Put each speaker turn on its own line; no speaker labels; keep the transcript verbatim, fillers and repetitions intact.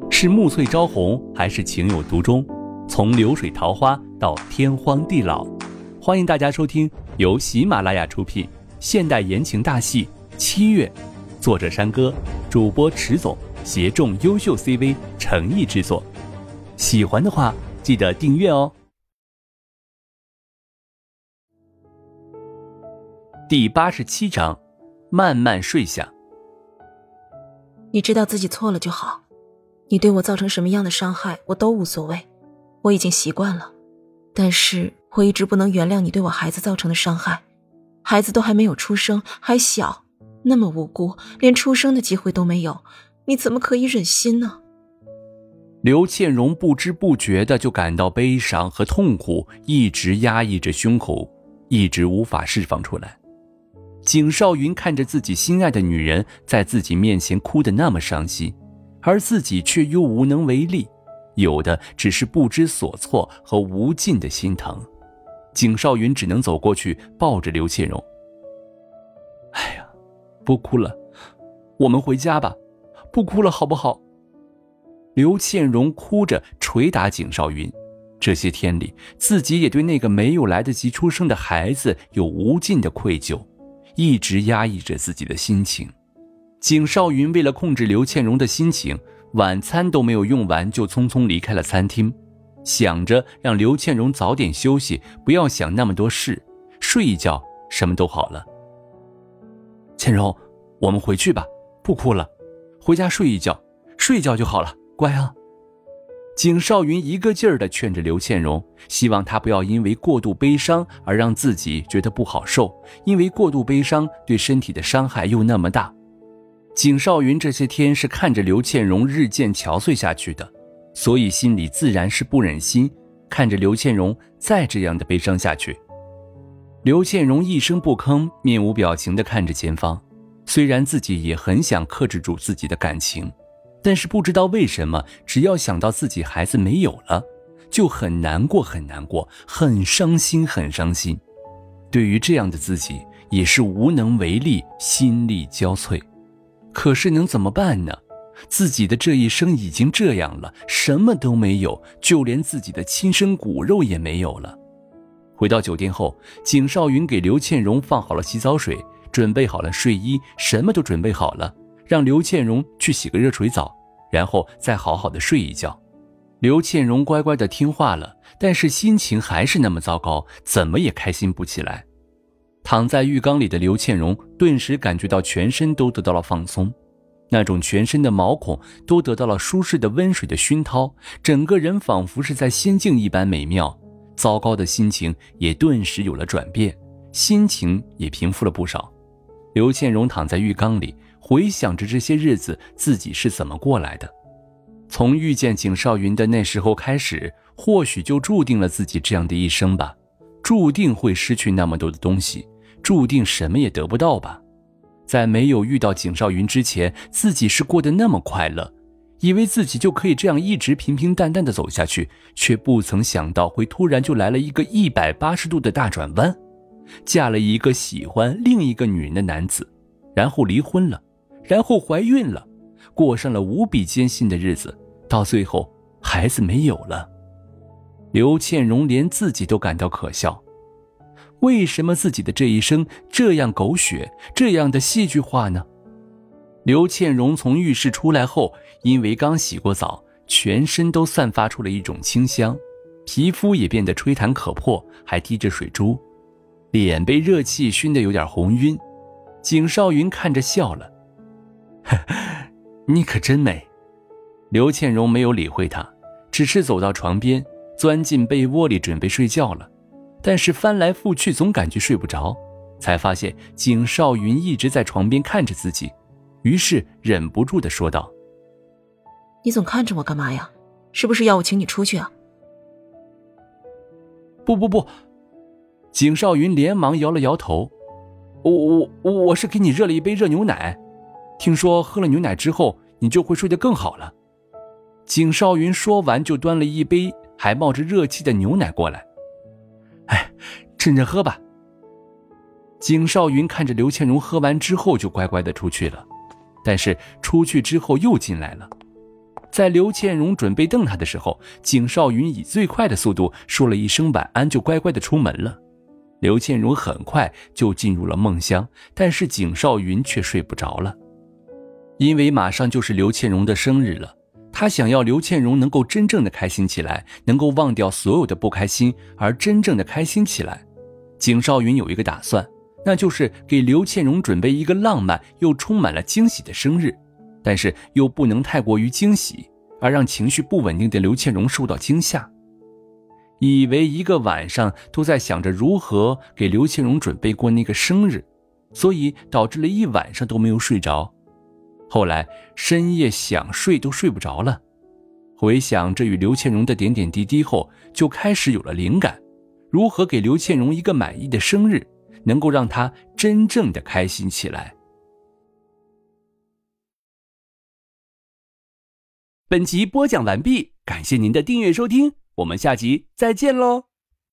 是暮翠朝红，还是情有独钟？从流水桃花到天荒地老，欢迎大家收听由喜马拉雅出品现代言情大戏《七月》，作者山歌，主播迟总，协众优秀 C V 诚意制作。喜欢的话记得订阅哦。第八十七章，慢慢睡下。
你知道自己错了就好，你对我造成什么样的伤害我都无所谓，我已经习惯了。但是我一直不能原谅你对我孩子造成的伤害，孩子都还没有出生，还小，那么无辜，连出生的机会都没有，你怎么可以忍心呢？
刘倩蓉不知不觉的就感到悲伤和痛苦一直压抑着胸口，一直无法释放出来。景少云看着自己心爱的女人在自己面前哭得那么伤心，而自己却又无能为力，有的只是不知所措和无尽的心疼。景少云只能走过去抱着刘倩蓉。哎呀，不哭了，我们回家吧，不哭了好不好？刘倩蓉哭着捶打景少云，这些天里自己也对那个没有来得及出生的孩子有无尽的愧疚，一直压抑着自己的心情。景少云为了控制刘倩蓉的心情，晚餐都没有用完就匆匆离开了餐厅，想着让刘倩蓉早点休息，不要想那么多事，睡一觉什么都好了。倩蓉，我们回去吧，不哭了，回家睡一觉，睡一觉就好了，乖啊。景少云一个劲儿地劝着刘倩蓉，希望她不要因为过度悲伤而让自己觉得不好受，因为过度悲伤对身体的伤害又那么大。景少云这些天是看着刘倩蓉日渐憔悴下去的，所以心里自然是不忍心看着刘倩蓉再这样的悲伤下去。刘倩蓉一声不吭，面无表情地看着前方，虽然自己也很想克制住自己的感情，但是不知道为什么，只要想到自己孩子没有了，就很难过很难过，很伤心很伤心。对于这样的自己也是无能为力，心力交瘁。可是能怎么办呢？自己的这一生已经这样了，什么都没有，就连自己的亲生骨肉也没有了。回到酒店后，景少云给刘倩蓉放好了洗澡水，准备好了睡衣，什么都准备好了，让刘倩蓉去洗个热水澡，然后再好好的睡一觉。刘倩蓉乖乖的听话了，但是心情还是那么糟糕，怎么也开心不起来。躺在浴缸里的刘倩蓉顿时感觉到全身都得到了放松，那种全身的毛孔都得到了舒适的温水的熏陶，整个人仿佛是在仙境一般美妙。糟糕的心情也顿时有了转变，心情也平复了不少。刘倩蓉躺在浴缸里，回想着这些日子自己是怎么过来的。从遇见景少云的那时候开始，或许就注定了自己这样的一生吧，注定会失去那么多的东西，注定什么也得不到吧。在没有遇到景少云之前，自己是过得那么快乐，以为自己就可以这样一直平平淡淡的走下去，却不曾想到会突然就来了一个一百八十度的大转弯，嫁了一个喜欢另一个女人的男子，然后离婚了，然后怀孕了，过上了无比艰辛的日子，到最后孩子没有了。刘倩蓉连自己都感到可笑，为什么自己的这一生这样狗血，这样的戏剧化呢？刘倩蓉从浴室出来后，因为刚洗过澡，全身都散发出了一种清香，皮肤也变得吹弹可破，还滴着水珠，脸被热气熏得有点红晕。景少云看着笑了，呵呵，你可真美。刘倩蓉没有理会他，只是走到床边，钻进被窝里准备睡觉了，但是翻来覆去总感觉睡不着，才发现景少云一直在床边看着自己，于是忍不住地说道：
你总看着我干嘛呀？是不是要我请你出去啊？
不不不，景少云连忙摇了摇头，我我我是给你热了一杯热牛奶，听说喝了牛奶之后你就会睡得更好了。景少云说完就端了一杯还冒着热气的牛奶过来，哎，趁着喝吧。景少云看着刘倩蓉喝完之后就乖乖地出去了，但是出去之后又进来了。 在刘倩蓉准备瞪他的时候，景少云以最快的速度说了一声晚安，就乖乖地出门了。刘倩蓉很快就进入了梦乡，但是景少云却睡不着了，因为马上就是刘倩蓉的生日了。他想要刘倩蓉能够真正的开心起来，能够忘掉所有的不开心，而真正的开心起来。景少云有一个打算，那就是给刘倩蓉准备一个浪漫又充满了惊喜的生日，但是又不能太过于惊喜，而让情绪不稳定的刘倩蓉受到惊吓。以为一个晚上都在想着如何给刘倩蓉准备过那个生日，所以导致了一晚上都没有睡着。后来深夜想睡都睡不着了，回想这与刘倩蓉的点点滴滴后，就开始有了灵感，如何给刘倩蓉一个满意的生日，能够让她真正的开心起来。本集播讲完毕，感谢您的订阅收听，我们下集再见喽。